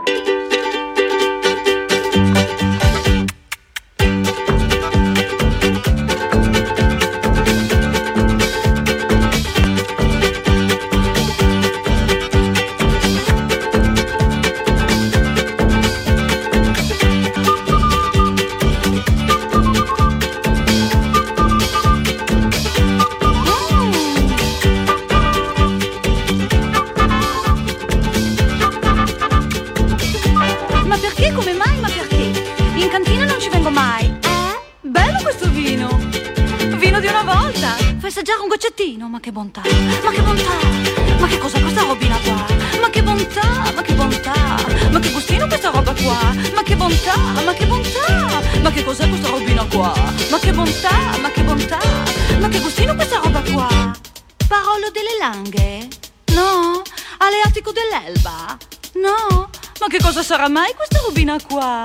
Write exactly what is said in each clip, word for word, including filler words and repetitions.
Assaggiare un goccettino, ma che bontà, ma che bontà, ma che cos'è questa robina qua? Ma che bontà, ma che bontà, ma che gustino questa roba qua? Ma che bontà, ma che bontà, ma che cos'è questa robina qua? Ma che bontà, ma che bontà, ma che gustino questa roba qua? Parolo delle Langhe? No? Aleatico dell'Elba? No? Ma che cosa sarà mai questa robina qua?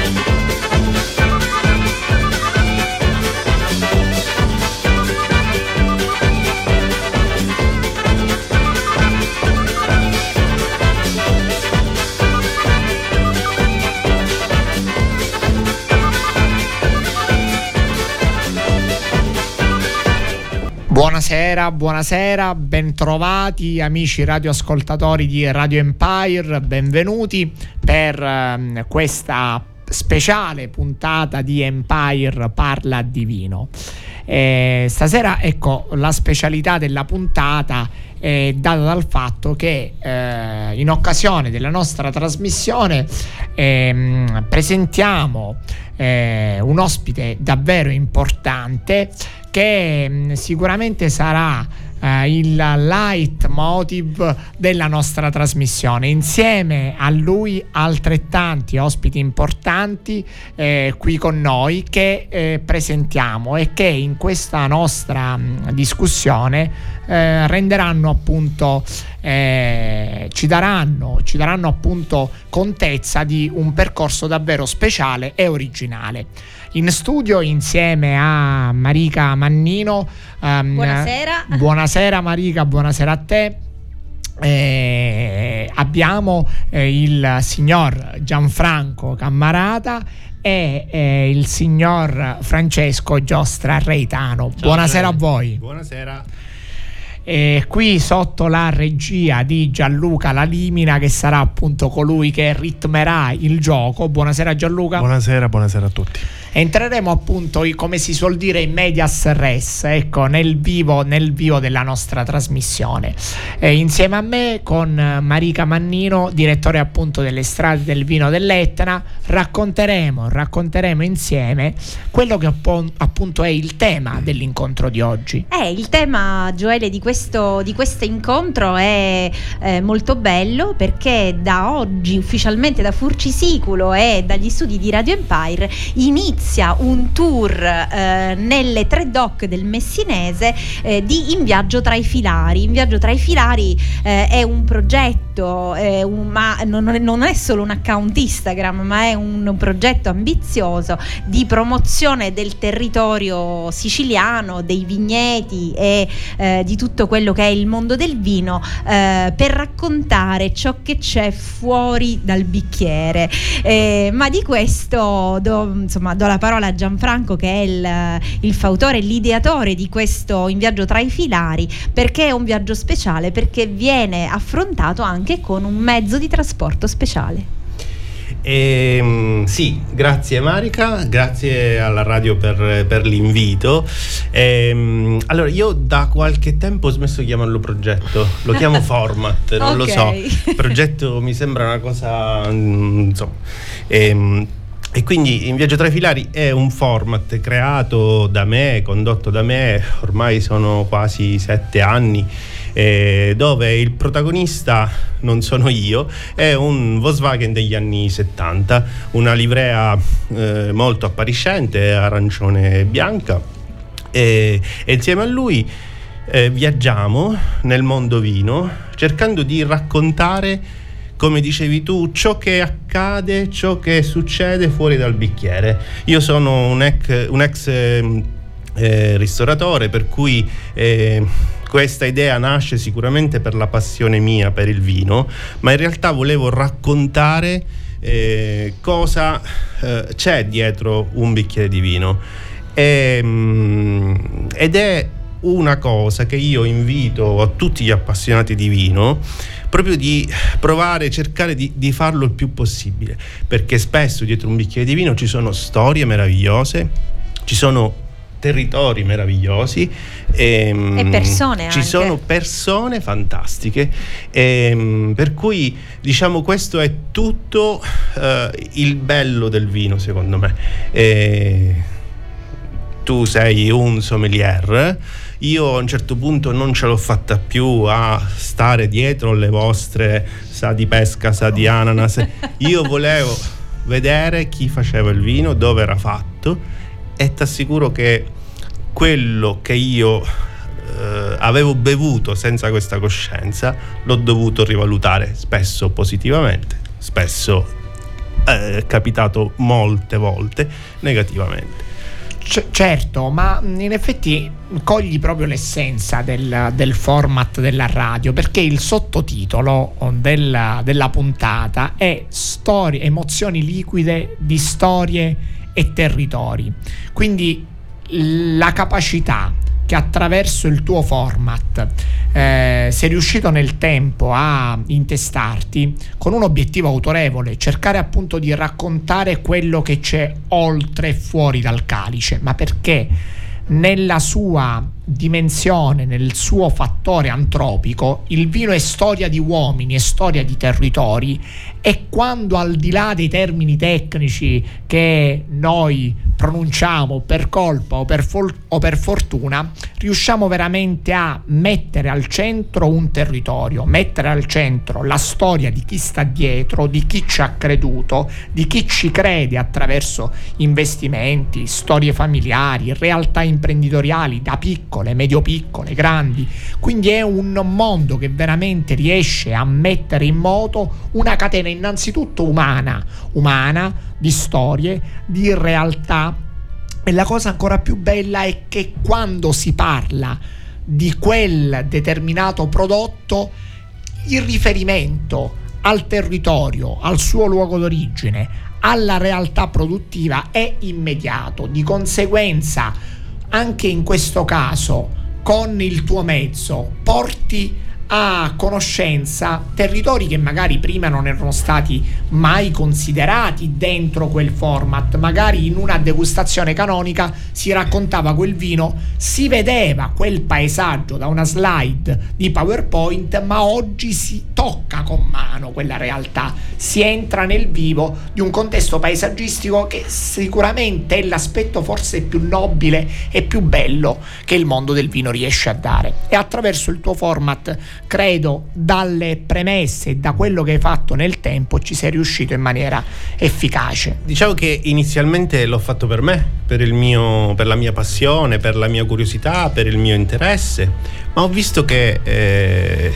Buonasera, buonasera, bentrovati amici radioascoltatori di Radio Empire, benvenuti per um, questa speciale puntata di Empire Parla di Vino. Eh, stasera, ecco, la specialità della puntata è data dal fatto che eh, in occasione della nostra trasmissione eh, presentiamo eh, un ospite davvero importante che mh, sicuramente sarà eh, il leitmotiv della nostra trasmissione. Insieme a lui altrettanti ospiti importanti eh, qui con noi che eh, presentiamo e che in questa nostra mh, discussione eh, renderanno appunto eh, ci daranno ci daranno appunto contezza di un percorso davvero speciale e originale. In studio insieme a Marica Mannino. Um, buonasera. Buonasera Marica, buonasera a te. Eh, abbiamo eh, il signor Gianfranco Cammarata e eh, il signor Francesco Giostra Reitano. Ciao, buonasera a voi. Buonasera. E qui sotto la regia di Gianluca Lalimina, che sarà appunto colui che ritmerà il gioco. Buonasera Gianluca. Buonasera, buonasera a tutti. Entreremo appunto, come si suol dire, in medias res, ecco, nel vivo, nel vivo della nostra trasmissione. Eh, insieme a me con Marica Mannino, direttore appunto delle strade del vino dell'Etna, racconteremo, racconteremo insieme quello che appunto è il tema dell'incontro di oggi. Eh, il tema, Gioele, di questo, di questo incontro è eh, molto bello, perché da oggi ufficialmente da Furcisiculo e dagli studi di Radio Empire inizia un tour eh, nelle tre dock del Messinese eh, di In Viaggio tra i Filari. In Viaggio tra i Filari eh, è un progetto, eh, un, ma non, non è solo un account Instagram, ma è un progetto ambizioso di promozione del territorio siciliano, dei vigneti e eh, di tutto quello che è il mondo del vino, eh, per raccontare ciò che c'è fuori dal bicchiere. Eh, ma di questo do, insomma do la parola a Gianfranco, che è il, il fautore e l'ideatore di questo In Viaggio tra i Filari, perché è un viaggio speciale, perché viene affrontato anche con un mezzo di trasporto speciale. E, sì, grazie Marica, grazie alla radio per, per l'invito. E, allora, io da qualche tempo ho smesso di chiamarlo progetto, lo chiamo format, non okay. lo so. Progetto mi sembra una cosa, insomma. E, E quindi In Viaggio tra i Filari è un format creato da me, condotto da me, ormai sono quasi sette anni, eh, dove il protagonista non sono io, è un Volkswagen degli anni settanta, una livrea eh, molto appariscente, arancione e bianca, e, e insieme a lui eh, viaggiamo nel mondo vino cercando di raccontare, come dicevi tu, ciò che accade, ciò che succede fuori dal bicchiere. Io sono un ex, un ex eh, eh, ristoratore, per cui eh, questa idea nasce sicuramente per la passione mia per il vino, ma in realtà volevo raccontare eh, cosa eh, c'è dietro un bicchiere di vino. E, mh, ed è una cosa che io invito a tutti gli appassionati di vino proprio di provare, cercare di, di farlo il più possibile, perché spesso dietro un bicchiere di vino ci sono storie meravigliose, ci sono territori meravigliosi e, e persone ci anche. sono persone fantastiche, e, per cui diciamo questo è tutto uh, il bello del vino, secondo me. E, tu sei un sommelier, io a un certo punto non ce l'ho fatta più a stare dietro le vostre sa di pesca, sa di ananas. Io volevo vedere chi faceva il vino, dove era fatto, e ti assicuro che quello che io eh, avevo bevuto senza questa coscienza l'ho dovuto rivalutare, spesso positivamente, spesso è eh, capitato molte volte negativamente. C- certo, ma in effetti cogli proprio l'essenza del, del format della radio, perché il sottotitolo della, della puntata è storie, emozioni liquide di storie e territori. Quindi la capacità che attraverso il tuo format eh, sei riuscito nel tempo a intestarti con un obiettivo autorevole, cercare appunto di raccontare quello che c'è oltre e fuori dal calice, ma perché nella sua dimensione, nel suo fattore antropico, il vino è storia di uomini, è storia di territori, e quando al di là dei termini tecnici che noi pronunciamo per colpa o per, fol- o per fortuna, riusciamo veramente a mettere al centro un territorio, mettere al centro la storia di chi sta dietro, di chi ci ha creduto, di chi ci crede attraverso investimenti, storie familiari, realtà imprenditoriali da piccole, medio-piccole, grandi. Quindi è un mondo che veramente riesce a mettere in moto una catena innanzitutto umana, umana, di storie, di realtà. E la cosa ancora più bella è che quando si parla di quel determinato prodotto, il riferimento al territorio, al suo luogo d'origine, alla realtà produttiva è immediato. Di conseguenza, anche in questo caso, con il tuo mezzo porti a conoscenza territori che magari prima non erano stati mai considerati dentro quel format. Magari in una degustazione canonica si raccontava quel vino, si vedeva quel paesaggio da una slide di PowerPoint, ma oggi si tocca con mano quella realtà, si entra nel vivo di un contesto paesaggistico che sicuramente è l'aspetto forse più nobile e più bello che il mondo del vino riesce a dare. E attraverso il tuo format, credo, dalle premesse e da quello che hai fatto nel tempo, ci sei riuscito in maniera efficace. Diciamo che inizialmente l'ho fatto per me, per il mio, per la mia passione, per la mia curiosità, per il mio interesse, ma ho visto che eh,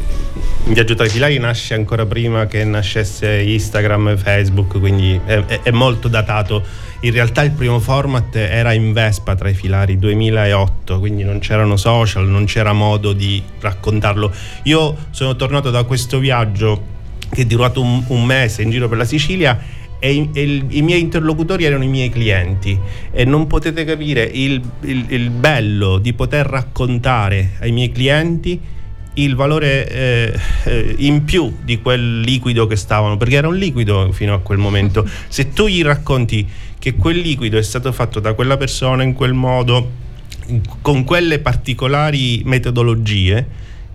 In Viaggio tra i Filari nasce ancora prima che nascesse Instagram e Facebook, quindi è, è, è molto datato. In realtà il primo format era in Vespa tra i Filari, duemilaotto, quindi non c'erano social, non c'era modo di raccontarlo. Io sono tornato da questo viaggio che è durato un, un mese in giro per la Sicilia, e, e il, i miei interlocutori erano i miei clienti, e non potete capire il, il, il bello di poter raccontare ai miei clienti il valore eh, eh, in più di quel liquido che stavano, perché era un liquido fino a quel momento. Se tu gli racconti che quel liquido è stato fatto da quella persona in quel modo, con quelle particolari metodologie,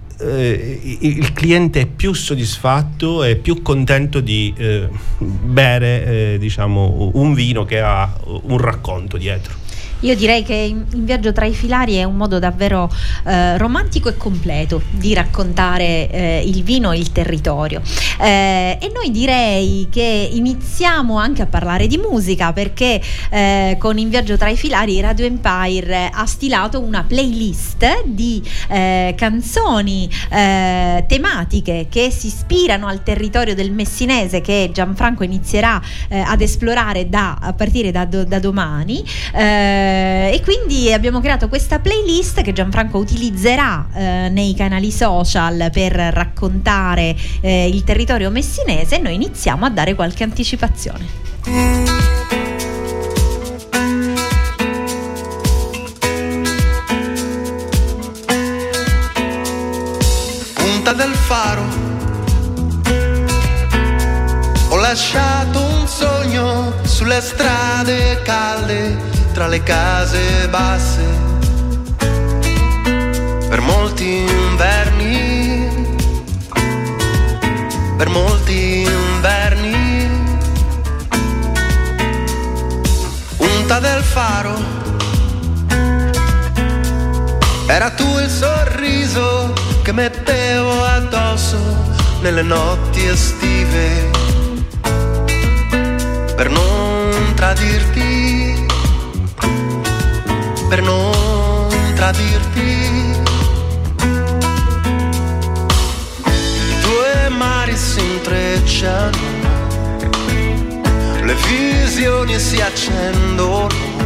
eh, il cliente è più soddisfatto e più contento di eh, bere eh, diciamo un vino che ha un racconto dietro. Io direi che in, in Viaggio tra i Filari è un modo davvero eh, romantico e completo di raccontare eh, il vino e il territorio. Eh, e noi direi che iniziamo anche a parlare di musica, perché eh, con In Viaggio tra i Filari Radio Empire ha stilato una playlist di eh, canzoni eh, tematiche che si ispirano al territorio del messinese, che Gianfranco inizierà eh, ad esplorare da, a partire da, do, da domani. Eh, eh, e quindi abbiamo creato questa playlist che Gianfranco utilizzerà eh, nei canali social per raccontare eh, il territorio messinese, e noi iniziamo a dare qualche anticipazione. Punta del Faro, ho lasciato un sogno sulle strade calde tra le case basse per molti inverni, per molti inverni. Punta del Faro, era tu il sorriso che mettevo addosso nelle notti estive per non tradirti, per non tradirti. Due mari si intrecciano, le visioni si accendono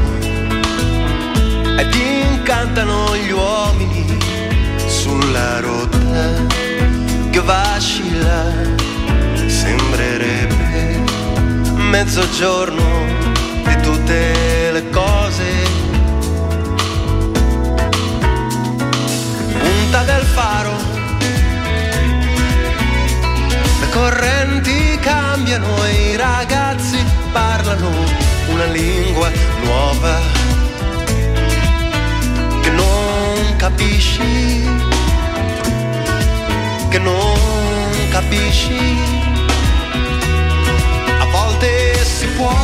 ed incantano gli uomini sulla rotta che vacilla, sembrerebbe mezzogiorno di tutte le cose. Punta del Faro, le correnti cambiano e i ragazzi parlano una lingua nuova che non capisci, che non capisci. A volte si può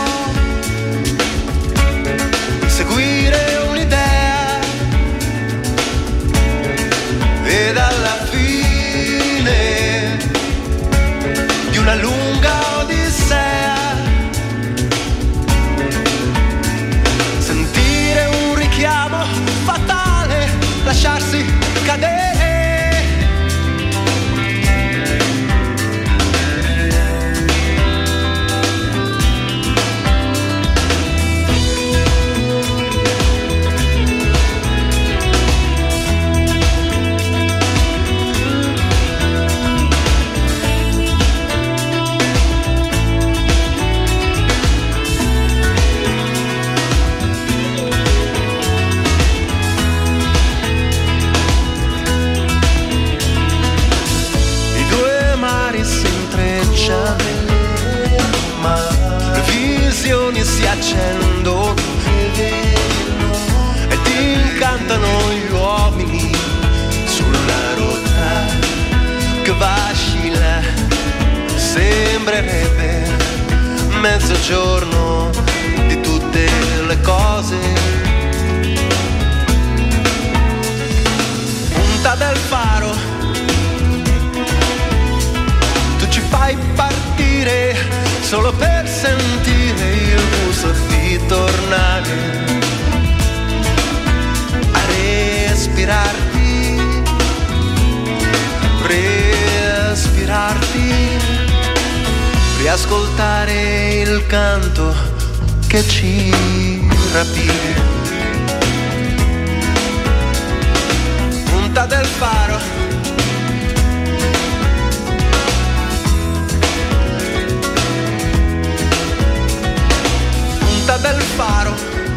seguire un'idea ed alla fine di una lunga odissea sentire un richiamo fatale, lasciarsi cadere. Si accendono ed incantano gli uomini sulla rotta che vacilla, sembrerebbe mezzogiorno di tutte le cose. Punta del Faro, tu ci fai partire solo per sentire il gusto di tornare a respirarti, respirarti, riascoltare il canto che ci rapì. Punta del Faro, del Faro.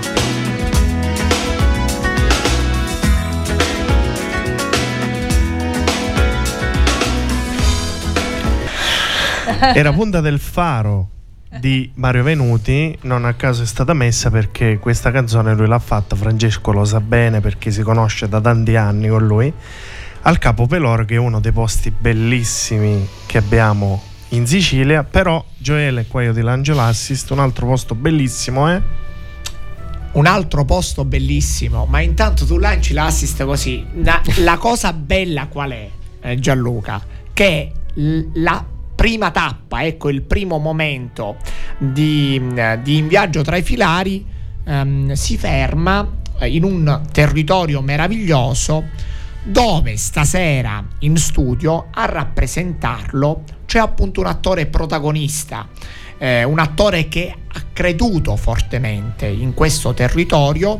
Era Punta del Faro di Mario Venuti, non a caso è stata messa perché questa canzone lui l'ha fatta, Francesco lo sa bene perché si conosce da tanti anni con lui, al Capo Peloro, che è uno dei posti bellissimi che abbiamo in Sicilia. Però Gioele, qua io ti lancio l'assist, un altro posto bellissimo è eh? un altro posto bellissimo, ma intanto tu lanci l'assist così. La, la cosa bella qual è, eh, Gianluca? Che l- la prima tappa, ecco, il primo momento di, di In viaggio tra i filari ehm, si ferma in un territorio meraviglioso dove stasera in studio a rappresentarlo c'è appunto un attore protagonista, eh, un attore che creduto fortemente in questo territorio.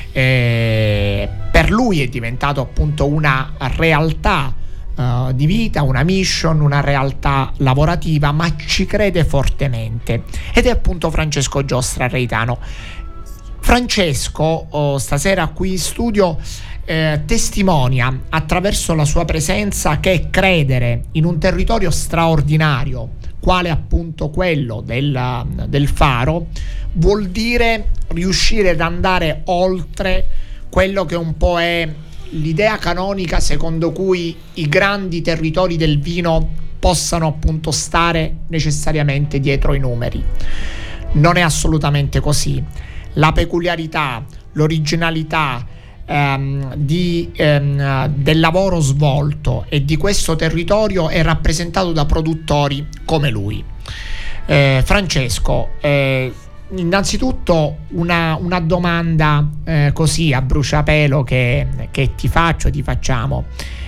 Eh, per lui è diventato appunto una realtà uh, di vita, una mission, una realtà lavorativa, ma ci crede fortemente, ed è appunto Francesco Giostra Reitano. Francesco oh, stasera qui in studio eh, testimonia attraverso la sua presenza che credere in un territorio straordinario quale appunto quello del, del Faro vuol dire riuscire ad andare oltre quello che un po' è l'idea canonica secondo cui i grandi territori del vino possano appunto stare necessariamente dietro i numeri. Non è assolutamente così. La peculiarità, l'originalità ehm, di, ehm, del lavoro svolto e di questo territorio è rappresentato da produttori come lui. Eh, Francesco, eh, innanzitutto una, una domanda eh, così a bruciapelo che, che ti faccio, ti facciamo.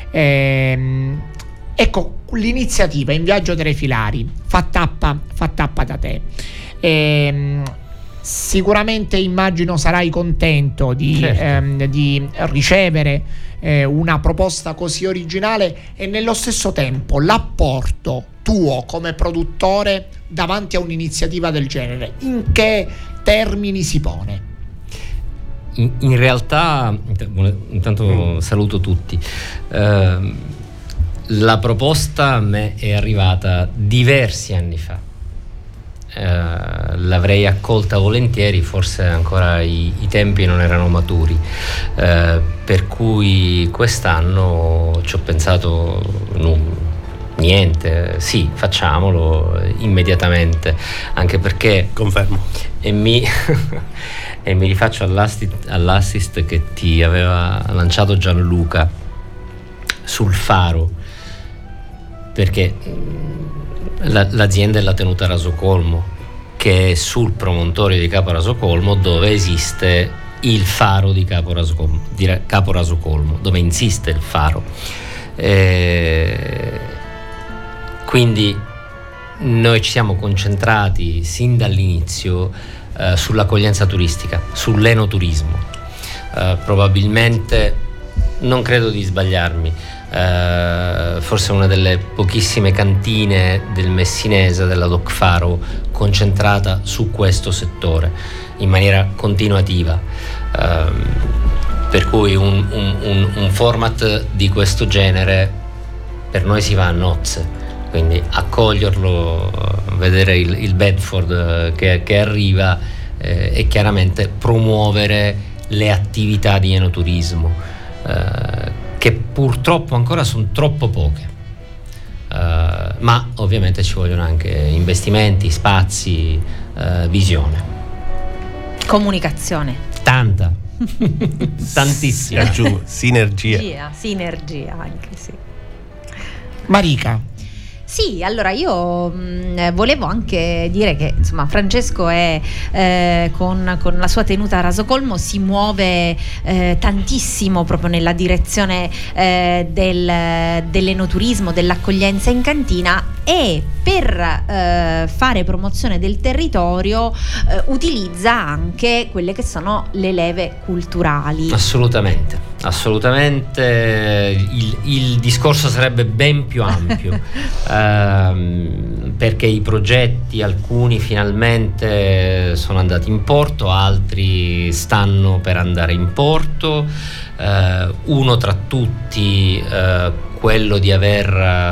Eh, ecco, l'iniziativa In Viaggio tra i Filari fa tappa, fa tappa da te. Eh, sicuramente immagino sarai contento di, certo. ehm, di ricevere eh, una proposta così originale e nello stesso tempo l'apporto tuo come produttore davanti a un'iniziativa del genere in che termini si pone? In, in realtà intanto mm. saluto tutti. Uh, la proposta a me è arrivata diversi anni fa. Uh, l'avrei accolta volentieri, forse ancora i, i tempi non erano maturi, uh, per cui quest'anno ci ho pensato no, niente, sì, facciamolo immediatamente, anche perché confermo e mi, e mi rifaccio all'assist, all'assist che ti aveva lanciato Gianluca sul Faro, perché La, l'azienda è la Tenuta Rasocolmo, che è sul promontorio di Capo Rasocolmo, dove esiste il faro di Capo Rasocolmo, di Capo Rasocolmo, dove insiste il faro. E quindi noi ci siamo concentrati sin dall'inizio eh, sull'accoglienza turistica, sull'enoturismo. Eh, probabilmente, non credo di sbagliarmi, Uh, forse una delle pochissime cantine del Messinese, della Doc Faro, concentrata su questo settore in maniera continuativa, uh, per cui un, un, un, un format di questo genere per noi si va a nozze, quindi accoglierlo, vedere il, il Bedford che, che arriva eh, e chiaramente promuovere le attività di enoturismo, uh, che purtroppo ancora sono troppo poche, uh, ma ovviamente ci vogliono anche investimenti, spazi, uh, visione, comunicazione, tanta tantissima, aggiungo sinergia. sinergia sinergia anche, sì. Marica. Sì, allora io mh, volevo anche dire che insomma Francesco è eh, con, con la sua Tenuta Rasocolmo si muove eh, tantissimo proprio nella direzione eh, del, dell'enoturismo, dell'accoglienza in cantina, e per eh, fare promozione del territorio eh, utilizza anche quelle che sono le leve culturali. Assolutamente, assolutamente, il, il discorso sarebbe ben più ampio. ehm, perché i progetti, alcuni finalmente sono andati in porto, altri stanno per andare in porto, eh, uno tra tutti eh, quello di aver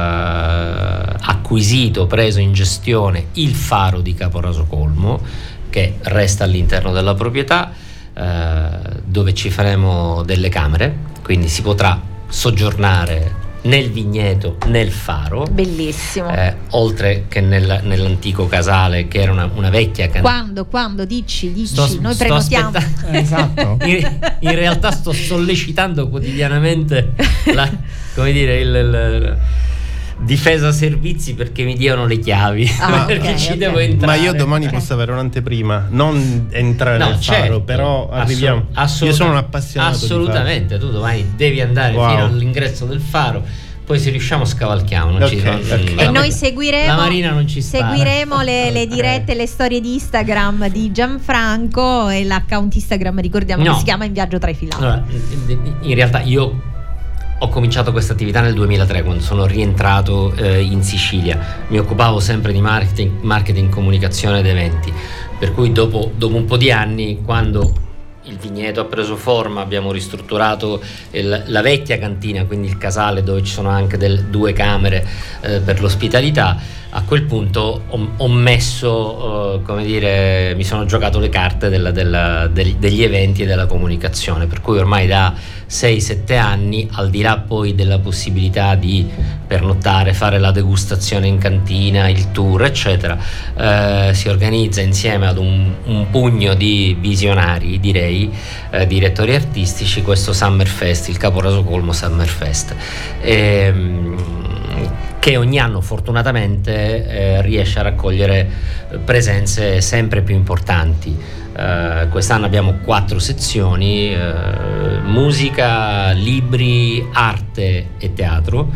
uh, acquisito, preso in gestione il faro di Capo Rasocolmo, che resta all'interno della proprietà, uh, dove ci faremo delle camere, quindi si potrà soggiornare nel vigneto, nel faro, bellissimo, eh, oltre che nel, nell'antico casale, che era una, una vecchia cantina. Quando, quando dici, dici, sto, noi sto prenotiamo. Eh, esatto. in, in realtà sto sollecitando quotidianamente la, come dire, il, il difesa servizi perché mi diano le chiavi, ah, perché okay, ci okay. devo entrare. Ma io domani Okay. posso avere un'anteprima, non entrare No, nel certo, faro, però arriviamo. assolut- Io sono un appassionato assolutamente, di tu domani devi andare Wow. fino all'ingresso del faro, poi se riusciamo scavalchiamo, non Okay, ci, non, okay. la, E noi seguiremo, la Marina non ci spara. seguiremo le, le dirette, le storie di Instagram di Gianfranco e l'account Instagram, ricordiamo No. che si chiama In Viaggio tra i Filati. Allora, in realtà io ho cominciato questa attività nel duemilatré, quando sono rientrato eh, in Sicilia. Mi occupavo sempre di marketing, marketing, comunicazione ed eventi, per cui dopo, dopo un po' di anni, quando il vigneto ha preso forma, abbiamo ristrutturato il, la vecchia cantina, quindi il casale dove ci sono anche del, due camere eh, per l'ospitalità. A quel punto ho, ho messo, eh, come dire, mi sono giocato le carte della, della, del, degli eventi e della comunicazione, per cui ormai da sei sette anni, al di là poi della possibilità di pernottare, fare la degustazione in cantina, il tour eccetera, eh, si organizza insieme ad un, un pugno di visionari, direi, eh, direttori artistici, questo Summerfest, il Caporaso Colmo Summerfest, e, che ogni anno fortunatamente eh, riesce a raccogliere presenze sempre più importanti. Uh, quest'anno abbiamo quattro sezioni: uh, musica, libri, arte e teatro,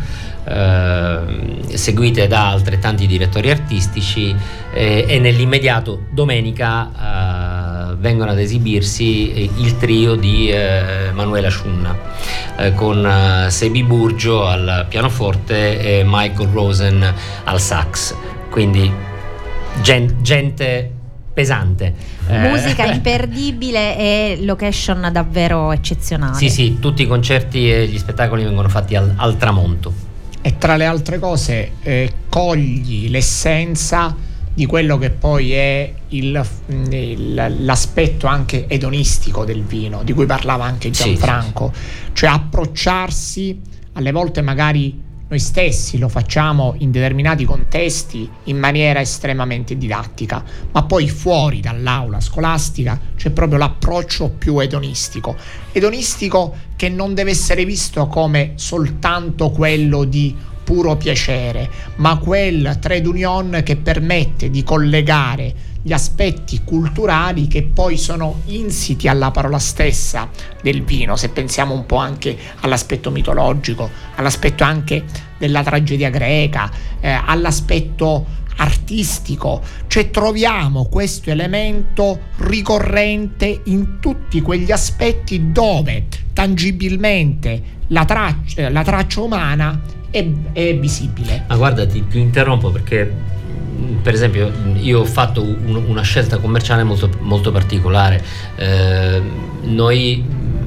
uh, seguite da altrettanti direttori artistici, eh, e nell'immediato domenica uh, vengono ad esibirsi il trio di uh, Manuela Sciunna, uh, con uh, Sebi Burgio al pianoforte e Michael Rosen al sax, quindi gen- gente pesante, Musica eh, imperdibile e location davvero eccezionale. sì sì, tutti i concerti e gli spettacoli vengono fatti al, al tramonto. E tra le altre cose eh, cogli l'essenza di quello che poi è il, il, l'aspetto anche edonistico del vino, di cui parlava anche Gianfranco, sì, sì, sì. Cioè approcciarsi, alle volte magari noi stessi lo facciamo in determinati contesti in maniera estremamente didattica, ma poi fuori dall'aula scolastica c'è proprio l'approccio più edonistico. Edonistico che non deve essere visto come soltanto quello di puro piacere, ma quel trade union che permette di collegare gli aspetti culturali che poi sono insiti alla parola stessa del vino, se pensiamo un po' anche all'aspetto mitologico, all'aspetto anche della tragedia greca, eh, all'aspetto artistico, cioè troviamo questo elemento ricorrente in tutti quegli aspetti dove tangibilmente la traccia, la traccia umana è, è visibile. Ma guarda, ti, ti interrompo perché per esempio io ho fatto un, una scelta commerciale molto, molto particolare. Eh, noi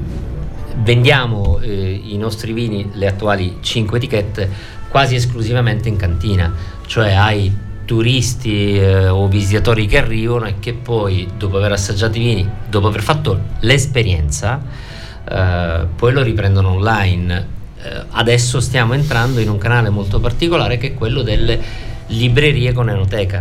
vendiamo eh, i nostri vini, le attuali cinque etichette, quasi esclusivamente in cantina, cioè ai turisti eh, o visitatori che arrivano e che poi, dopo aver assaggiato i vini, dopo aver fatto l'esperienza, eh, poi lo riprendono online. Eh, adesso stiamo entrando in un canale molto particolare che è quello delle librerie con enoteca,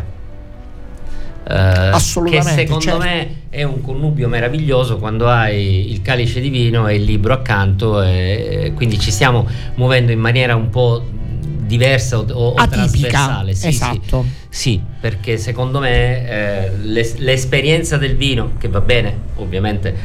eh, assolutamente, che secondo certo. me è un connubio meraviglioso quando hai il calice di vino e il libro accanto, e quindi ci stiamo muovendo in maniera un po' diversa o, o trasversale. Sì, esatto. sì, sì, perché secondo me eh, l'es- l'esperienza del vino, che va bene ovviamente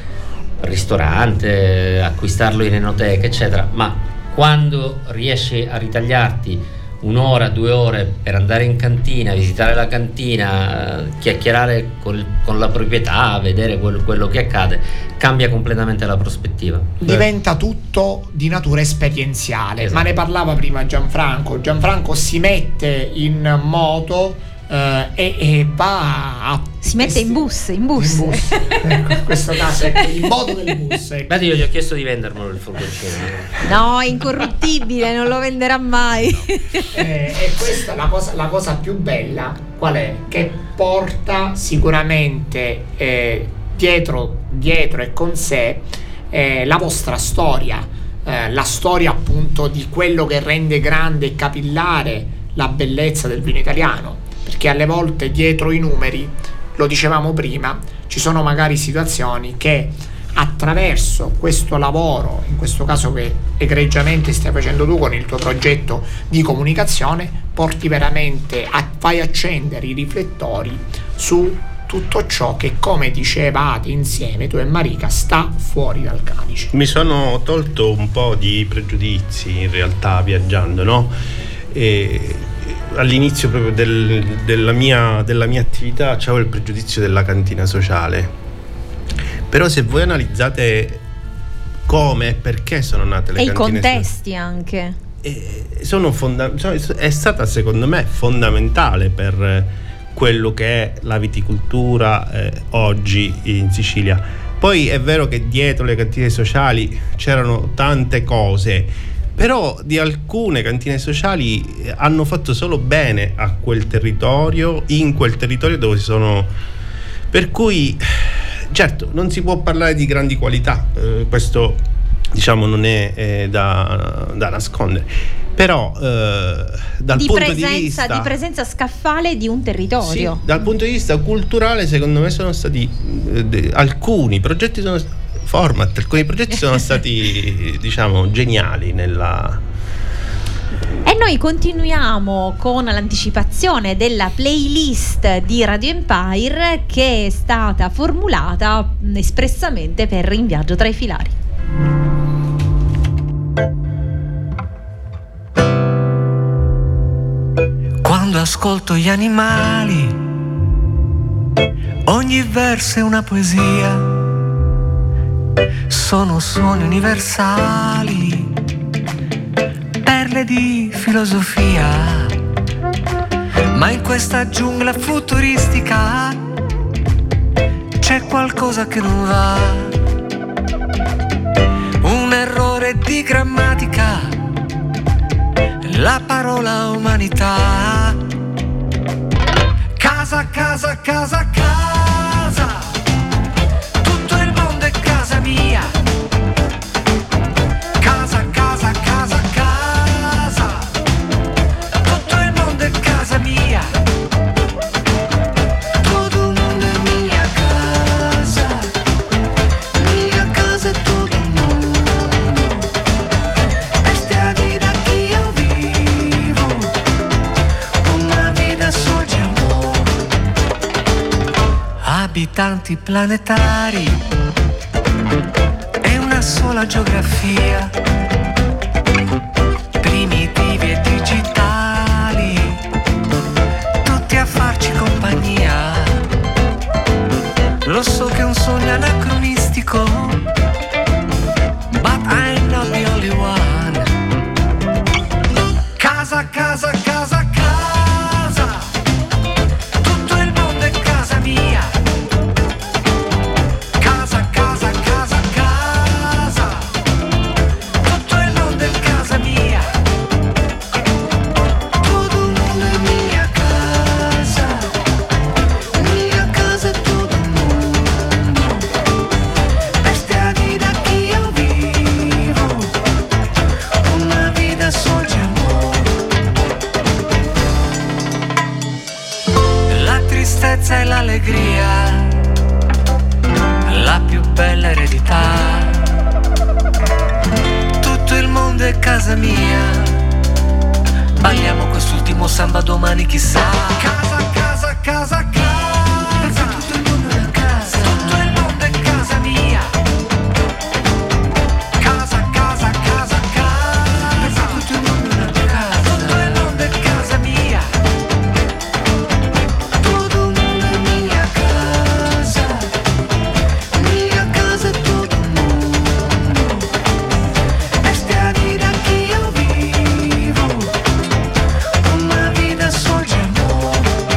ristorante, acquistarlo in enoteca eccetera, ma quando riesci a ritagliarti un'ora, due ore per andare in cantina, visitare la cantina, chiacchierare col, con la proprietà, vedere quello, quello che accade, cambia completamente la prospettiva. Diventa tutto di natura esperienziale. Esatto. Ma ne parlava prima Gianfranco. Gianfranco si mette in moto eh, e, e va a si mette in bus, in bus. In bus. Ecco, in questo caso è il modo del bus. Ecco. Beh, io gli ho chiesto di vendermelo il furgoncino. No, è incorruttibile, non lo venderà mai. eh, e questa la cosa, la cosa più bella qual è? Che porta sicuramente eh, dietro, dietro e con sé eh, la vostra storia, eh, la storia appunto di quello che rende grande e capillare la bellezza del vino italiano, perché alle volte dietro i numeri, lo dicevamo prima, ci sono magari situazioni che attraverso questo lavoro, in questo caso che egregiamente stai facendo tu con il tuo progetto di comunicazione, porti veramente a, fai accendere i riflettori su tutto ciò che, come dicevate insieme tu e Marica, sta fuori dal calice. Mi sono tolto un po' di pregiudizi in realtà viaggiando, no? E all'inizio proprio del, della, mia, della mia attività c'avevo il pregiudizio della cantina sociale, però se voi analizzate come e perché sono nate le e cantine i contesti sociali, anche e sono fonda- è stata secondo me fondamentale per quello che è la viticoltura eh, oggi in Sicilia. Poi è vero che dietro le cantine sociali c'erano tante cose, però di alcune cantine sociali hanno fatto solo bene a quel territorio, in quel territorio dove si sono, per cui certo non si può parlare di grandi qualità, eh, questo diciamo non è eh, da, da nascondere, però eh, dal di punto presenza, di vista di presenza scaffale di un territorio, sì, dal punto di vista culturale secondo me sono stati eh, de, alcuni progetti sono format, alcuni progetti sono stati diciamo geniali nella. E noi continuiamo con l'anticipazione della playlist di Radio Empire che è stata formulata espressamente per In Viaggio tra i Filari. Quando ascolto gli animali, ogni verso è una poesia, sono suoni universali, perle di filosofia, ma in questa giungla futuristica c'è qualcosa che non va, un errore di grammatica, la parola umanità. Casa, casa, casa, casa, tutto il mondo è casa mia. Casa, casa, casa, casa, tutto il mondo è casa mia. Todo il mondo è mia casa, mia casa è todo il mondo. Esta è la vida que yo vivo, una vida sol de amor. Abitanti planetari è una sola geografia, primitivi e digitali, tutti a farci compagnia. Lo so che è un sogno anacronistico, but I'm not the only one. Casa, casa, casa, casa, tutto il mondo è casa mia. Casa, casa, casa, casa, tutto il mondo è casa mia. Todo il mondo è mia casa, mia casa è todo il mondo. Esta è la vida que yo vivo, una vida sol de amor. La tristezza e l'allegria, la più bella eredità. Tutto il mondo è casa mia, balliamo quest'ultimo samba domani chissà. Casa, casa, casa, casa, tutto il mondo è una casa, tutto il mondo è casa mia. Casa, casa, casa, casa, tutto il mondo è una casa, tutto il mondo è casa mia. Todo il mondo è mia casa, mia casa è todo il mondo. Esta è la vida que yo vivo, una vida sol de amor.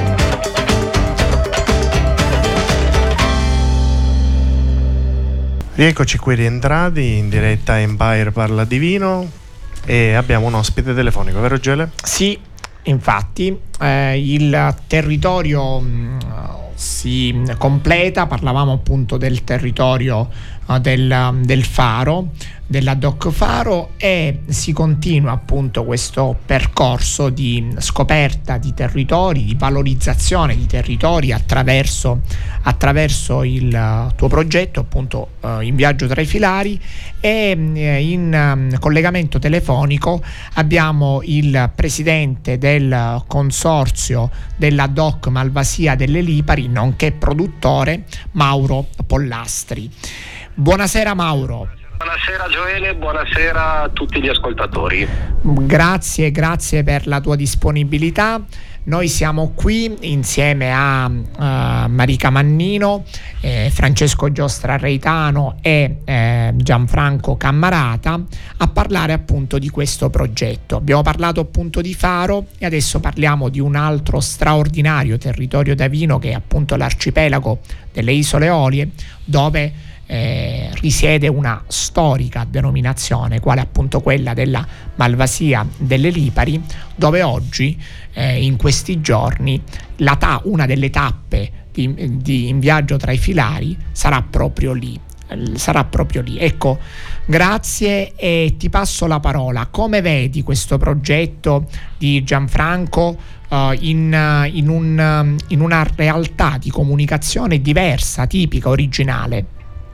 Rieccoci qui rientrati in diretta Empire Parla di Vino e abbiamo un ospite telefonico, vero Gele? Sì, infatti eh, il territorio mh, si completa, parlavamo appunto del territorio uh, del, del Faro, della Doc Faro, e si continua appunto questo percorso di scoperta di territori, di valorizzazione di territori attraverso, attraverso il uh, tuo progetto appunto uh, In Viaggio tra i Filari. E uh, in um, collegamento telefonico abbiamo il presidente del consorzio della Doc Malvasia delle Lipari, nonché nonché produttore, Mauro Pollastri. Buonasera Mauro. Buonasera Gioele, buonasera a tutti gli ascoltatori. Grazie, grazie per la tua disponibilità. Noi siamo qui insieme a uh, Marica Mannino, eh, Francesco Giostra Reitano e eh, Gianfranco Cammarata a parlare appunto di questo progetto. Abbiamo parlato appunto di Faro e adesso parliamo di un altro straordinario territorio da vino che è appunto l'arcipelago delle Isole Eolie, dove Eh, risiede una storica denominazione quale appunto quella della Malvasia delle Lipari, dove oggi eh, in questi giorni la ta- una delle tappe di, di In viaggio tra i filari sarà proprio lì sarà proprio lì. Ecco, grazie e ti passo la parola. Come vedi questo progetto di Gianfranco uh, in, in, un, in una realtà di comunicazione diversa, tipica, originale?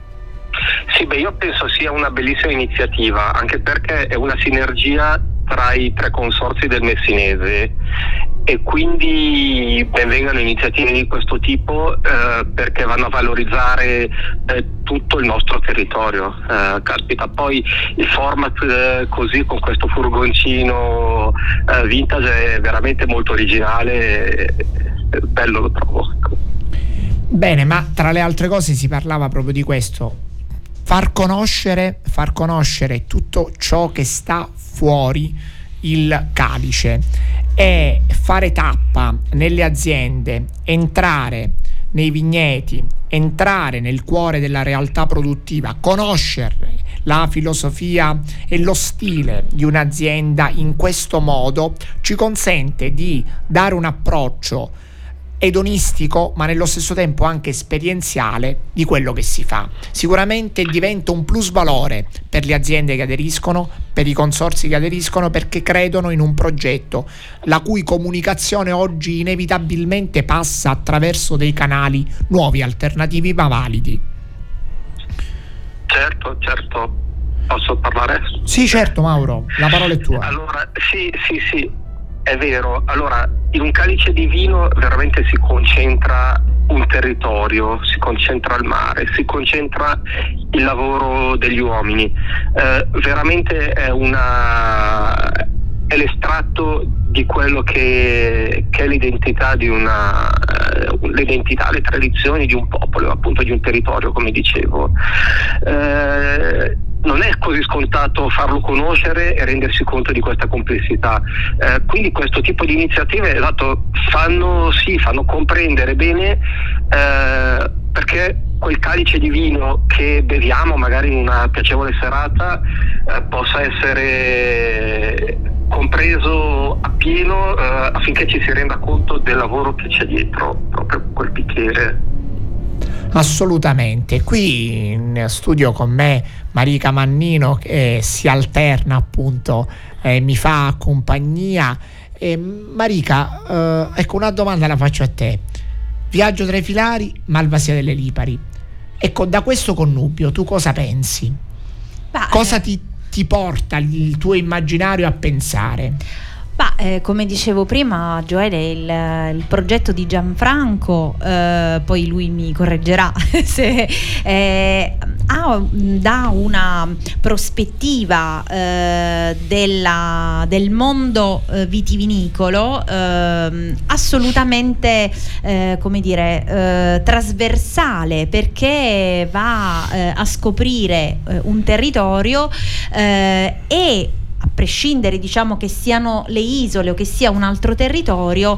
Sì, beh, io penso sia una bellissima iniziativa, anche perché è una sinergia tra i tre consorzi del Messinese e quindi ben vengano iniziative di questo tipo eh, perché vanno a valorizzare eh, tutto il nostro territorio. Eh, caspita, poi il format eh, così con questo furgoncino eh, vintage è veramente molto originale e, e bello, lo trovo. Bene, ma tra le altre cose si parlava proprio di questo. Far conoscere, far conoscere tutto ciò che sta fuori il calice e fare tappa nelle aziende, entrare nei vigneti, entrare nel cuore della realtà produttiva, conoscere la filosofia e lo stile di un'azienda in questo modo ci consente di dare un approccio edonistico ma nello stesso tempo anche esperienziale di quello che si fa. Sicuramente diventa un plus valore per le aziende che aderiscono, per i consorzi che aderiscono, perché credono in un progetto la cui comunicazione oggi inevitabilmente passa attraverso dei canali nuovi, alternativi ma validi. Certo, certo. Posso parlare? Sì, certo Mauro, la parola è tua. Allora, sì, sì, sì. È vero, allora in un calice di vino veramente si concentra un territorio, si concentra il mare, si concentra il lavoro degli uomini, eh, veramente è una è l'estratto di quello che, che è l'identità di una l'identità, le tradizioni di un popolo, appunto di un territorio, come dicevo. Eh, non è così scontato farlo conoscere e rendersi conto di questa complessità. Eh, quindi questo tipo di iniziative, esatto, fanno sì, fanno comprendere bene eh, perché quel calice di vino che beviamo magari in una piacevole serata eh, possa essere compreso appieno eh, affinché ci si renda conto del lavoro che c'è dietro proprio quel bicchiere. Assolutamente. Qui in studio con me Marica Mannino che si alterna appunto, eh, mi fa compagnia. Eh, Marica, eh, ecco una domanda la faccio a te. Viaggio tra i filari, Malvasia delle Lipari. Ecco, da questo connubio tu cosa pensi? Bah, cosa eh. ti, ti porta il tuo immaginario a pensare? Bah, eh, come dicevo prima, Gioele, il, il progetto di Gianfranco, eh, poi lui mi correggerà, se, eh, ha, dà una prospettiva eh, della, del mondo eh, vitivinicolo eh, assolutamente, eh, come dire, eh, trasversale, perché va eh, a scoprire eh, un territorio eh, e a prescindere, diciamo, che siano le isole o che sia un altro territorio,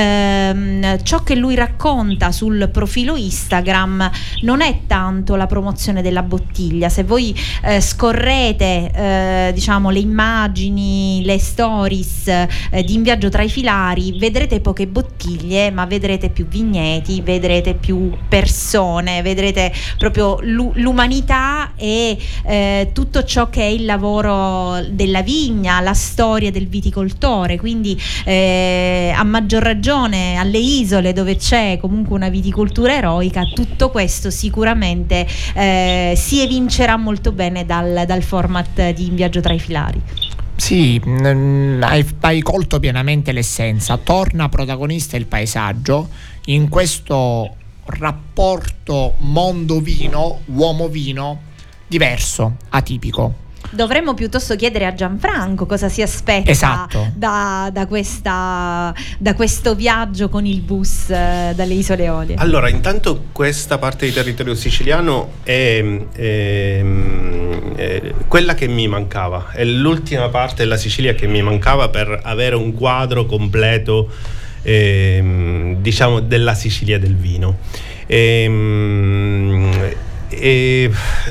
ehm, ciò che lui racconta sul profilo Instagram non è tanto la promozione della bottiglia. Se voi eh, scorrete eh, diciamo le immagini, le stories eh, di In viaggio tra i filari, vedrete poche bottiglie, ma vedrete più vigneti, vedrete più persone, vedrete proprio l'umanità e eh, tutto ciò che è il lavoro della vigna, la storia del viticoltore. Quindi eh, a maggior ragione alle isole, dove c'è comunque una viticoltura eroica, tutto questo sicuramente eh, si evincerà molto bene dal, dal format di In viaggio tra i filari. Sì, mh, hai, hai colto pienamente l'essenza. Torna protagonista il paesaggio in questo rapporto mondo vino, uomo vino diverso, atipico. Dovremmo piuttosto chiedere a Gianfranco cosa si aspetta esatto. da, da, questa, da questo viaggio con il bus eh, dalle Isole Eolie. Allora, intanto questa parte di territorio siciliano è, è, è quella che mi mancava, è l'ultima parte della Sicilia che mi mancava per avere un quadro completo, eh, diciamo, della Sicilia del vino. E, e,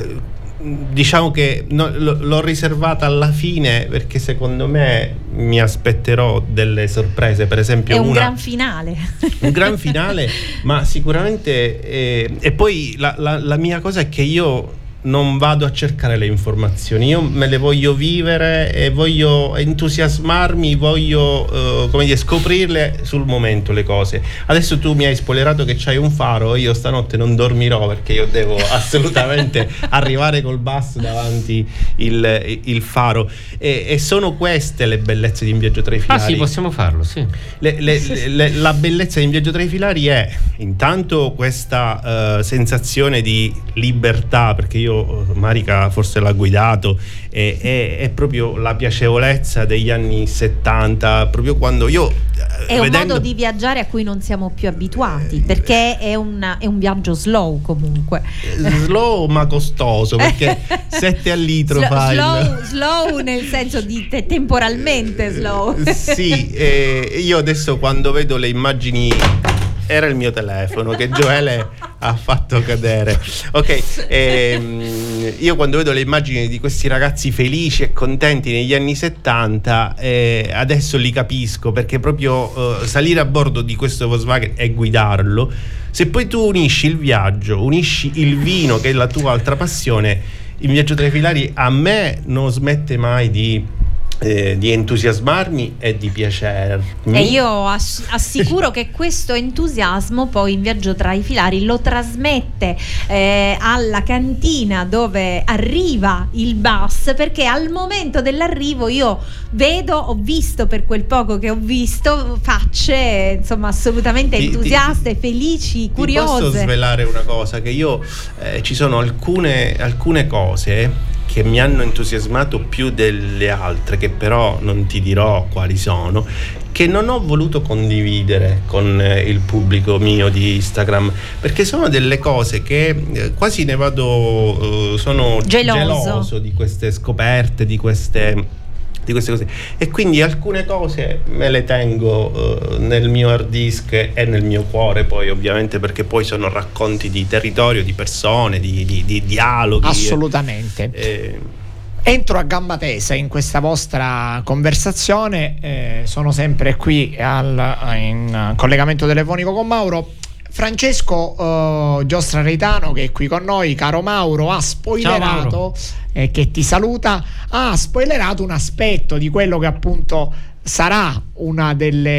diciamo che no, l'ho riservata alla fine perché secondo me mi aspetterò delle sorprese, per esempio è un una, gran finale un gran finale ma sicuramente eh, e poi la, la, la mia cosa è che io non vado a cercare le informazioni, io me le voglio vivere e voglio entusiasmarmi, voglio uh, come dire, scoprirle sul momento le cose. Adesso tu mi hai spoilerato che c'hai un faro, io stanotte non dormirò perché io devo assolutamente arrivare col bus davanti il, il faro e, e sono queste le bellezze di In Viaggio tra i Filari. Ah sì, possiamo farlo, sì. Le, le, le, la bellezza di In Viaggio tra i Filari è intanto questa uh, sensazione di libertà, perché io Marica forse l'ha guidato, è, è, è proprio la piacevolezza degli anni settanta, proprio quando io è vedendo... un modo di viaggiare a cui non siamo più abituati, perché è, una, è un viaggio slow comunque, slow ma costoso, perché sette al litro Sl- fa slow, il... slow nel senso di te- temporalmente slow. Sì, eh, io adesso quando vedo le immagini, era il mio telefono che Gioele ha fatto cadere. Ok, ehm, io quando vedo le immagini di questi ragazzi felici e contenti negli anni settanta, eh, adesso li capisco, perché proprio eh, salire a bordo di questo Volkswagen e guidarlo, se poi tu unisci il viaggio, unisci il vino che è la tua altra passione, In Viaggio tra i Filari a me non smette mai di Eh, di entusiasmarmi e di piacermi. E io ass- assicuro che questo entusiasmo poi In Viaggio tra i Filari lo trasmette eh, alla cantina dove arriva il bus, perché al momento dell'arrivo io vedo, ho visto, per quel poco che ho visto, facce insomma assolutamente Ti- entusiaste, ti- felici, Ti curiose. posso svelare una cosa, che io eh, ci sono alcune, alcune cose che mi hanno entusiasmato più delle altre, che però non ti dirò quali sono, che non ho voluto condividere con eh, il pubblico mio di Instagram, perché sono delle cose che eh, quasi ne vado eh, sono Geloso. geloso di queste scoperte, di queste di queste cose, e quindi alcune cose me le tengo uh, nel mio hard disk e nel mio cuore, poi ovviamente, perché poi sono racconti di territorio, di persone, di, di, di dialoghi. Assolutamente. Eh, Entro a gamba tesa in questa vostra conversazione, eh, sono sempre qui al, in collegamento telefonico con Mauro. Francesco uh, Giostra Reitano, che è qui con noi, caro Mauro, ha spoilerato, eh, che ti saluta, ha spoilerato un aspetto di quello che appunto sarà una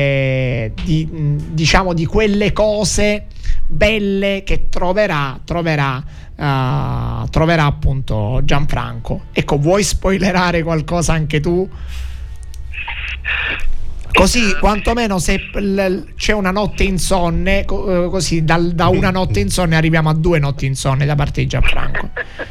delle di, diciamo di quelle cose belle che troverà troverà uh, troverà appunto Gianfranco. Ecco, vuoi spoilerare qualcosa anche tu? Così quantomeno se l- c'è una notte insonne, co- così dal, da una notte insonne arriviamo a due notti insonne da parte di Gianfranco.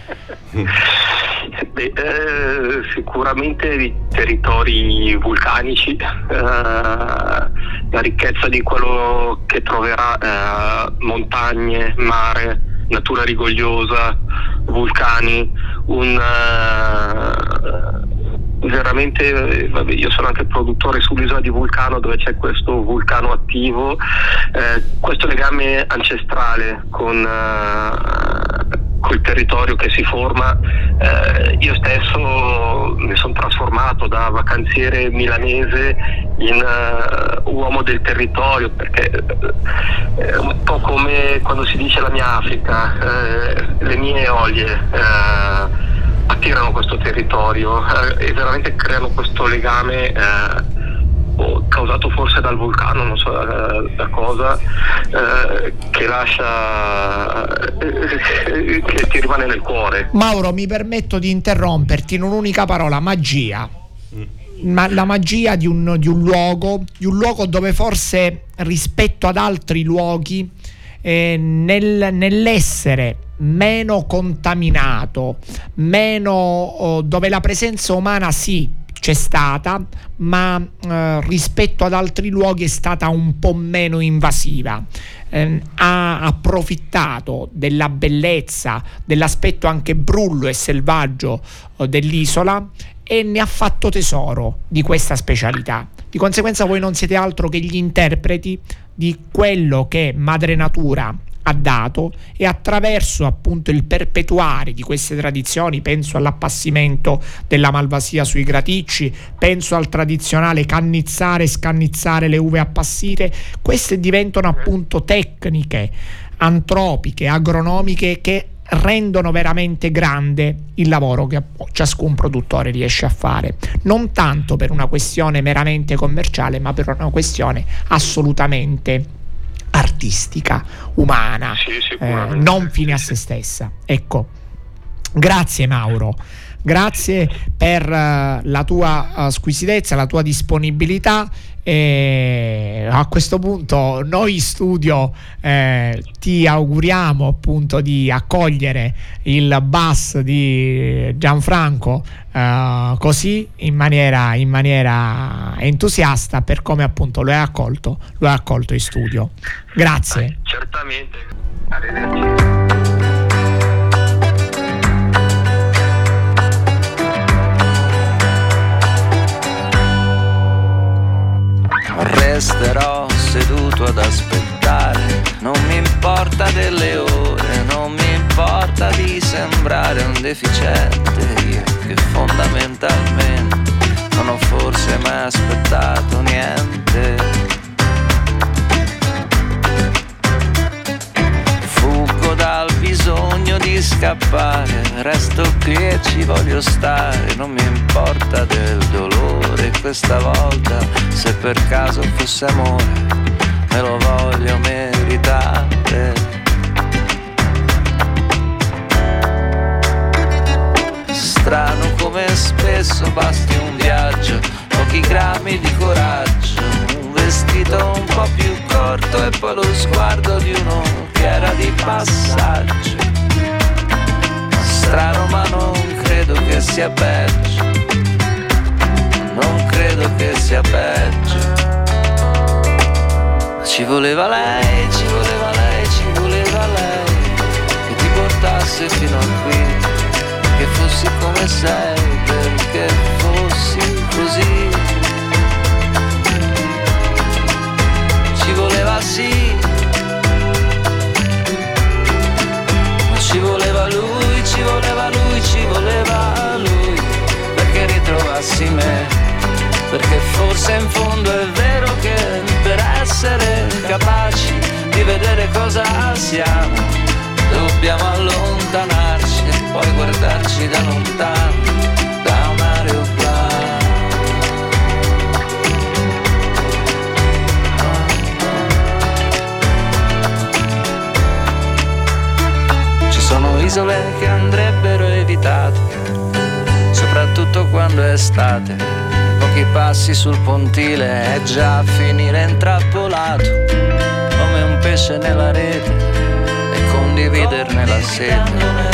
Beh, eh, sicuramente i territori vulcanici, eh, la ricchezza di quello che troverà, eh, montagne, mare, natura rigogliosa, vulcani, un uh, veramente, vabbè, io sono anche produttore sull'isola di Vulcano, dove c'è questo vulcano attivo, eh, questo legame ancestrale con uh, col territorio che si forma. Eh, io stesso mi sono trasformato da vacanziere milanese in uh, uomo del territorio, perché eh, un po' come quando si dice la mia Africa, eh, le mie Eolie eh, attirano questo territorio eh, e veramente creano questo legame eh, causato forse dal vulcano, non so da, da cosa, eh, che lascia eh, che ti rimane nel cuore. Mauro, mi permetto di interromperti in un'unica parola: magia. Ma la magia di un, di un luogo, di un luogo dove forse rispetto ad altri luoghi eh, nel, nell'essere meno contaminato, meno oh, dove la presenza umana sì c'è stata, ma eh, rispetto ad altri luoghi è stata un po' meno invasiva. Eh, ha approfittato della bellezza, dell'aspetto anche brullo e selvaggio eh, dell'isola, e ne ha fatto tesoro di questa specialità. Di conseguenza voi non siete altro che gli interpreti di quello che Madre Natura ha dato, e attraverso appunto il perpetuare di queste tradizioni, penso all'appassimento della malvasia sui graticci, penso al tradizionale cannizzare e scannizzare le uve appassite, queste diventano appunto tecniche antropiche, agronomiche, che rendono veramente grande il lavoro che ciascun produttore riesce a fare, non tanto per una questione meramente commerciale, ma per una questione assolutamente artistica, umana, Sì, eh, non fine a se stessa. Ecco, grazie Mauro, grazie per uh, la tua uh, squisitezza, la tua disponibilità. E a questo punto noi in studio eh, ti auguriamo appunto di accogliere il bus di Gianfranco eh, così in maniera, in maniera entusiasta, per come appunto lo hai accolto, lo hai accolto in studio. Grazie. Certamente. Arrivederci. Resterò seduto ad aspettare, non mi importa delle ore, non mi importa di sembrare un deficiente, io che fondamentalmente non ho forse mai aspettato niente. Fuggo dal bisogno di scappare, resto qui e ci voglio stare, non mi importa del dolore questa volta, se per caso fosse amore me lo voglio meritare. Strano come spesso basti un viaggio, pochi grammi di coraggio, un vestito un po' più corto e poi lo sguardo di uno che era di passaggio. Strano ma non credo che sia peggio, non credo che sia peggio. Ci voleva lei, ci voleva lei, ci voleva lei, che ti portasse fino a qui, che fossi come sei, perché fossi così. Ci voleva sì, ma ci voleva lui, ci voleva lui, ci voleva lui, perché ritrovassi me, perché forse in fondo è vero che per essere capaci di vedere cosa siamo dobbiamo allontanarci e poi guardarci da lontano, da un aeroplano. Ci sono isole che andrebbero evitate, soprattutto quando è estate. Pochi passi sul pontile è già a finire intrappolato come un pesce nella rete e condividerne la sete.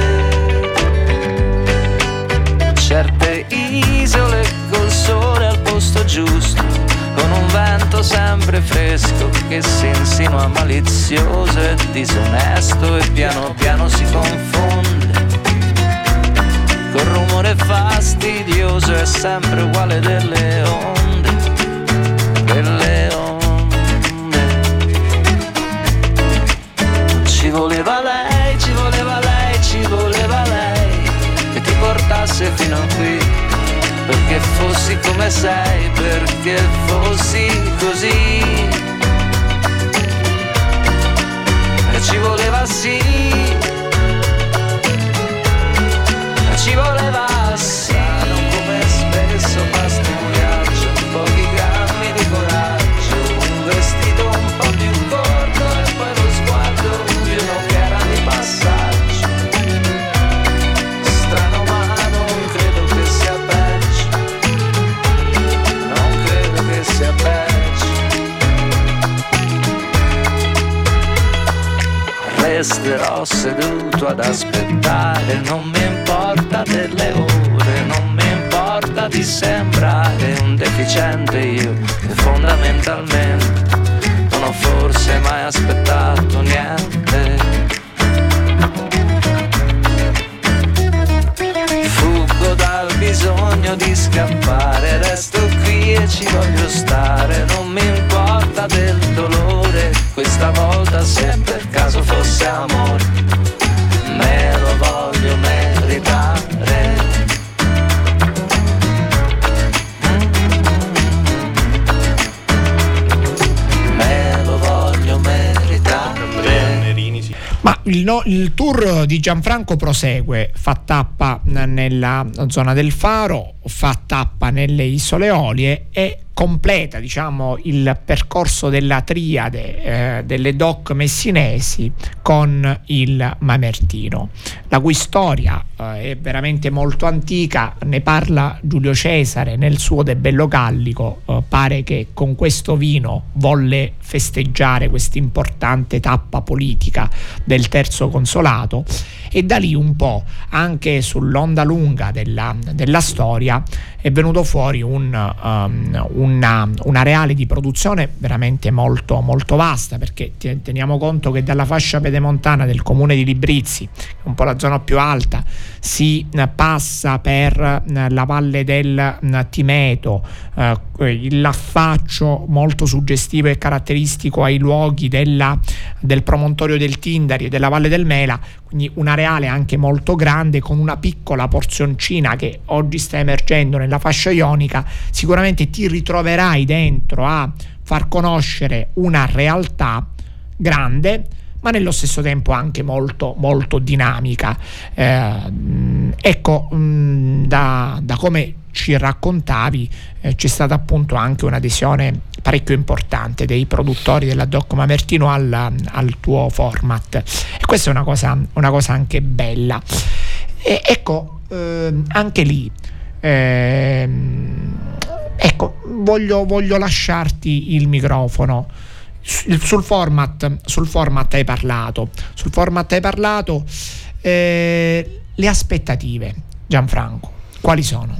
Certe isole col sole al posto giusto, con un vento sempre fresco che si insinua malizioso e disonesto e piano piano si confonde col rumore fastidioso e sempre uguale delle onde, delle onde. Ci voleva lei, ci voleva lei, ci voleva lei, che ti portasse fino a qui, perché fossi come sei, perché fossi così. E ci voleva sì, ci voleva sì, non come spesso basta un viaggio, pochi grammi di coraggio, un vestito un po' più corto e poi lo sguardo di uno che era di passaggio. Strano ma non credo che sia peggio, non credo che sia peggio. resterò seduto ad aspettare. Non mi importa delle ore, non mi importa di sembrare un deficiente io, che fondamentalmente non ho forse mai aspettato niente. Fuggo dal bisogno di scappare, resto qui e ci voglio stare. Non mi importa del dolore, questa volta se per caso fosse amore, me lo voglio meritare. Me lo voglio meritare. Ma il, no, il tour di Gianfranco prosegue, fa tappa nella zona del Faro, fa tappa nelle Isole Eolie e completa, diciamo, il percorso della triade eh, delle doc messinesi con il Mamertino, la cui storia eh, è veramente molto antica. Ne parla Giulio Cesare nel suo De Bello Gallico. Eh, pare che con questo vino volle festeggiare questa importante tappa politica del Terzo Consolato, e da lì un po', anche sull'onda lunga della, della storia, è venuto fuori un, um, una, un areale di produzione veramente molto, molto vasta, perché teniamo conto che dalla fascia pedemontana del comune di Librizzi, un po' la zona più alta, si passa per la valle del Timeto, eh, l'affaccio molto suggestivo e caratteristico ai luoghi della, del promontorio del Tindari e della valle del Mela, quindi un areale anche molto grande con una piccola porzioncina che oggi sta emergendo nella fascia ionica. Sicuramente ti ritroverai dentro a far conoscere una realtà grande, ma nello stesso tempo anche molto molto dinamica. Eh, ecco, mh, da, da come ci raccontavi eh, c'è stata appunto anche un'adesione parecchio importante dei produttori della Doc Mamertino al, al tuo format, e questa è una cosa, una cosa anche bella. E ecco, eh, anche lì eh, ecco, voglio, voglio lasciarti il microfono. Sul format, sul format hai parlato, sul format hai parlato eh, le aspettative, Gianfranco, quali sono?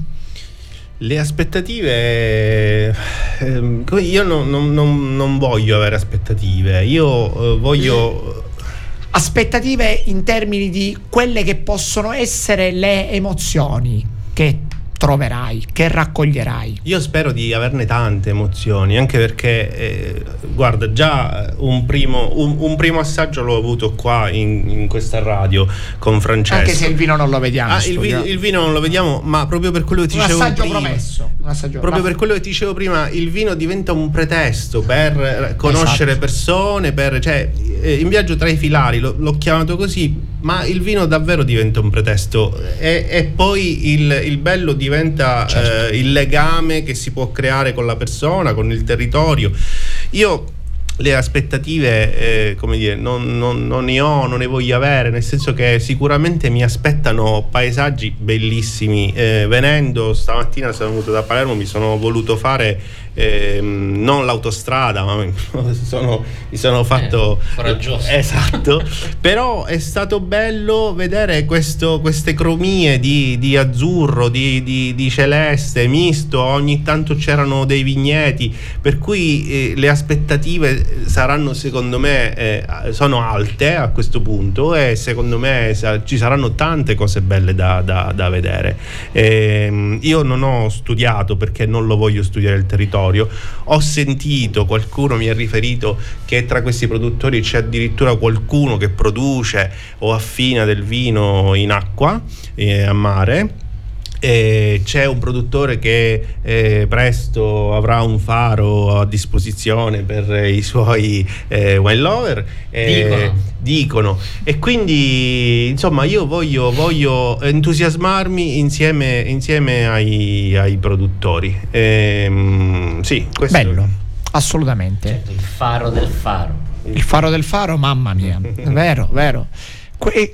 Le aspettative, ehm, io non, non, non, non voglio avere aspettative, io eh, voglio... Aspettative in termini di quelle che possono essere le emozioni che troverai, che raccoglierai. Io spero di averne tante emozioni, anche perché eh, guarda, già un primo, un, un primo assaggio l'ho avuto qua in, in questa radio con Francesco. Anche se il vino non lo vediamo. Ah, il, vi, il vino non lo vediamo, ma proprio per quello che ti un dicevo assaggio prima. Promesso, un assaggio proprio ma... per quello che ti dicevo prima, il vino diventa un pretesto per conoscere esatto. persone, per, cioè in Viaggio tra i filari lo, l'ho chiamato così, ma il vino davvero diventa un pretesto, e, e poi il, il bello diventa certo. eh, il legame che si può creare con la persona, con il territorio. Io le aspettative eh, come dire non, non, non ne ho, non ne voglio avere, nel senso che sicuramente mi aspettano paesaggi bellissimi. Eh, venendo stamattina, sono venuto da Palermo, mi sono voluto fare eh, non l'autostrada, ma mi sono, mi sono fatto eh, coraggioso. Esatto. Però è stato bello vedere questo, queste cromie di, di azzurro, di, di, di celeste misto. Ogni tanto c'erano dei vigneti, per cui eh, le aspettative saranno, secondo me, eh, sono alte a questo punto, e secondo me sa- ci saranno tante cose belle da, da, da vedere. Eh, io non ho studiato, perché non lo voglio studiare il territorio. Ho sentito, qualcuno mi ha riferito che tra questi produttori c'è addirittura qualcuno che produce o affina del vino in acqua, eh, a mare. E c'è un produttore che eh, presto avrà un faro a disposizione per i suoi eh, wine lover, eh, dicono. dicono e quindi insomma io voglio, voglio entusiasmarmi insieme, insieme ai, ai produttori. Ehm, sì, questo bello, assolutamente. Certo, il faro del faro. Il faro del faro, mamma mia, vero, vero. Que-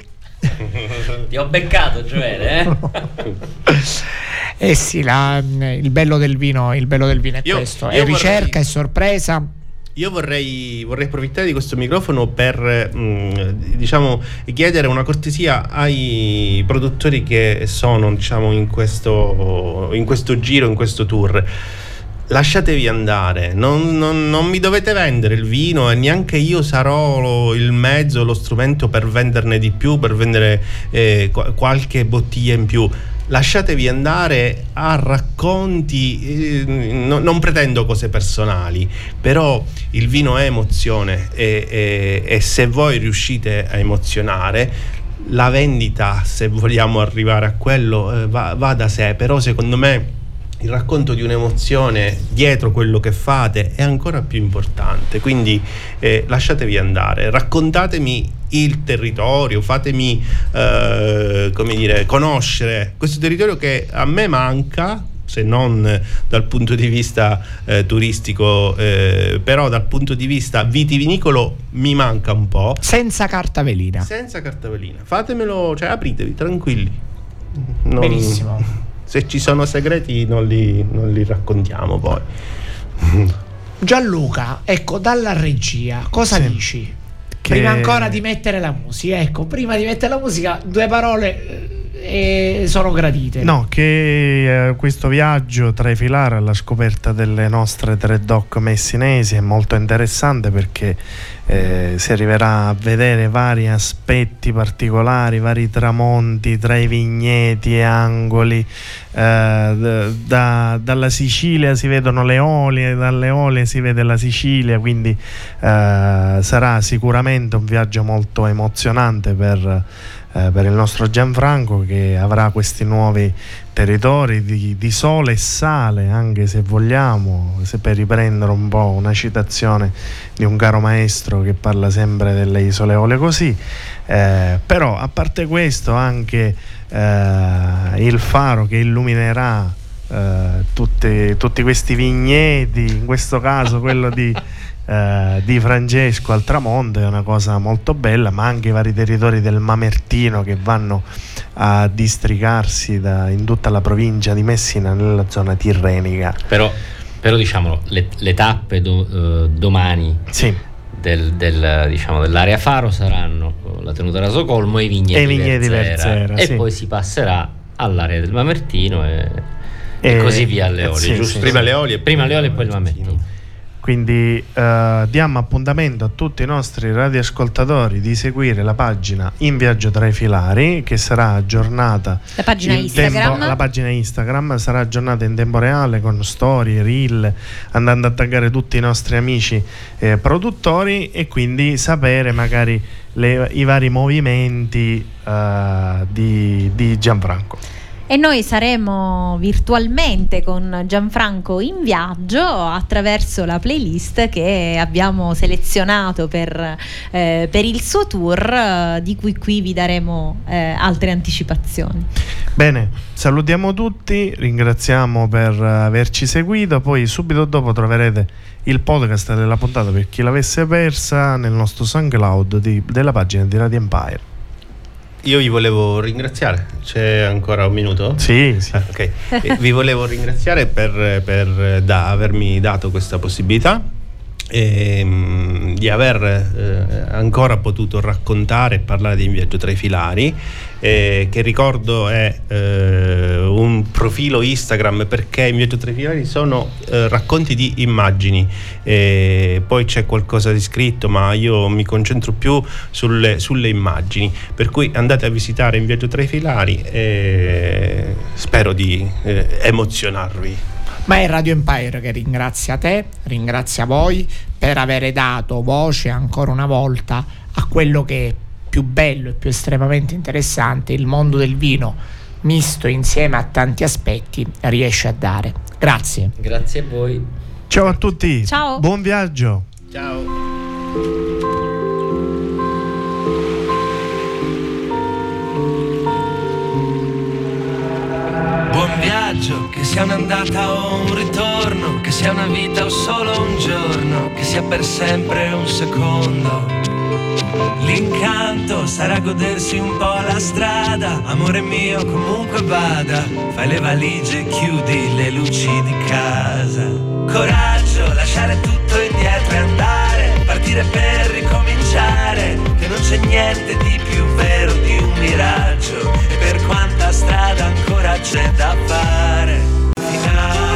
Ti ho beccato, Gioele, eh? Eh sì, la, il bello del vino, il bello del vino è io, questo, io è ricerca, vorrei... è sorpresa Io vorrei, vorrei approfittare di questo microfono per mh, diciamo chiedere una cortesia ai produttori che sono diciamo in questo, in questo giro, in questo tour. Lasciatevi andare, non, non, non mi dovete vendere il vino e neanche io sarò lo, il mezzo, lo strumento per venderne di più, per vendere eh, qualche bottiglia in più. Lasciatevi andare a racconti, eh, no, non pretendo cose personali, però il vino è emozione e, e, e se voi riuscite a emozionare, la vendita, se vogliamo arrivare a quello, eh, va, va da sé. Però secondo me il racconto di un'emozione dietro quello che fate è ancora più importante, quindi eh, lasciatevi andare, raccontatemi il territorio, fatemi eh, come dire, conoscere questo territorio che a me manca, se non dal punto di vista eh, turistico, eh, però dal punto di vista vitivinicolo mi manca un po'. Senza carta velina. Senza carta velina. Fatemelo, cioè apritevi, tranquilli. Non... Benissimo. Se ci sono segreti non li, non li raccontiamo poi. Gianluca, ecco, dalla regia, cosa sì. dici? Che... Prima ancora di mettere la musica, ecco, prima di mettere la musica, due parole eh, sono gradite. No, che eh, questo viaggio tra i filari alla scoperta delle nostre tre doc messinesi è molto interessante, perché eh, si arriverà a vedere vari aspetti particolari, vari tramonti tra i vigneti e angoli. Eh, da, dalla Sicilia si vedono le olie, dalle olie si vede la Sicilia, quindi eh, sarà sicuramente un viaggio molto emozionante per, eh, per il nostro Gianfranco, che avrà questi nuovi territori di, di sole e sale, anche se vogliamo, se per riprendere un po' una citazione di un caro maestro che parla sempre delle isole Eolie così. Eh, però a parte questo anche eh, il faro che illuminerà eh, tutti, tutti questi vigneti, in questo caso quello di, eh, di Francesco al tramonto, è una cosa molto bella, ma anche i vari territori del Mamertino che vanno a districarsi da, in tutta la provincia di Messina, nella zona tirrenica. Però, però diciamolo, le, le tappe do, uh, domani sì. del, del, diciamo, dell'area faro saranno la tenuta Raso Colmo e i vigneti, e i vigneti Verzera, Verzera, e sì. poi si passerà all'area del Mamertino e, e, e così via alle Eolie, sì, giusto? sì, prima sì. le Eolie, prima le Eolie e poi il Mamertino. Quindi eh, diamo appuntamento a tutti i nostri radioascoltatori di seguire la pagina In Viaggio tra i Filari, che sarà aggiornata la pagina in Instagram. tempo, la pagina Instagram sarà aggiornata in tempo reale con storie, reel, andando a taggare tutti i nostri amici eh, produttori, e quindi sapere magari le, i vari movimenti eh, di, di Gianfranco. E noi saremo virtualmente con Gianfranco in viaggio attraverso la playlist che abbiamo selezionato per, eh, per il suo tour, eh, di cui qui vi daremo eh, altre anticipazioni. Bene, salutiamo tutti, ringraziamo per averci seguito, poi subito dopo troverete il podcast della puntata per chi l'avesse persa nel nostro SoundCloud di, della pagina di Radio Empire. Io vi volevo ringraziare, c'è ancora un minuto? Sì, sì. Ah, ok. Eh, vi volevo ringraziare per, per da, avermi dato questa possibilità e mh, di aver eh, ancora potuto raccontare e parlare di In Viaggio tra i Filari, eh, che ricordo è eh, un profilo Instagram, perché In Viaggio tra i Filari sono eh, racconti di immagini, eh, poi c'è qualcosa di scritto, ma io mi concentro più sulle, sulle immagini, per cui andate a visitare In Viaggio tra i Filari e spero di eh, emozionarvi. Ma è Radio Empire che ringrazia te, ringrazia voi per avere dato voce ancora una volta a quello che è più bello e più estremamente interessante il mondo del vino, misto insieme a tanti aspetti, riesce a dare. Grazie. Grazie a voi. Ciao a tutti. Ciao. Buon viaggio. Ciao. Buon viaggio, che sia un'andata o un ritorno, che sia una vita o solo un giorno, che sia per sempre un secondo. L'incanto sarà godersi un po' la strada, amore mio comunque vada, fai le valigie, chiudi le luci di casa. Coraggio, lasciare tutto indietro e andare partire per ricominciare, che non c'è niente di più vero di un miraggio, e per quanta strada ancora c'è da fare. Finale.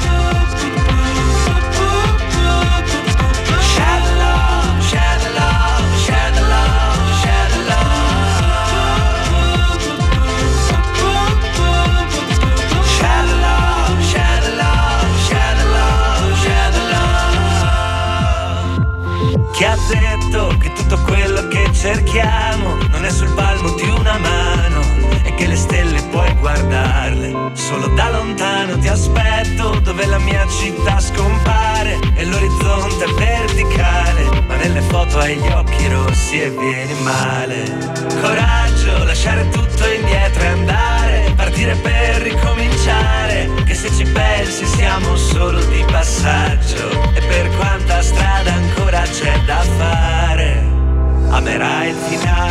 Chi ha detto che tutto quello che cerchiamo non è sul palmo di una mano e che le stelle puoi guardarle solo da lontano? Ti aspetto dove la mia città scompare e l'orizzonte è verticale, ma nelle foto hai gli occhi rossi e vieni male. Coraggio, lasciare tutto indietro e andare, partire per ricominciare, che se ci pensi siamo solo di passaggio, e per quanta strada ancora c'è da fare, amerai il finale.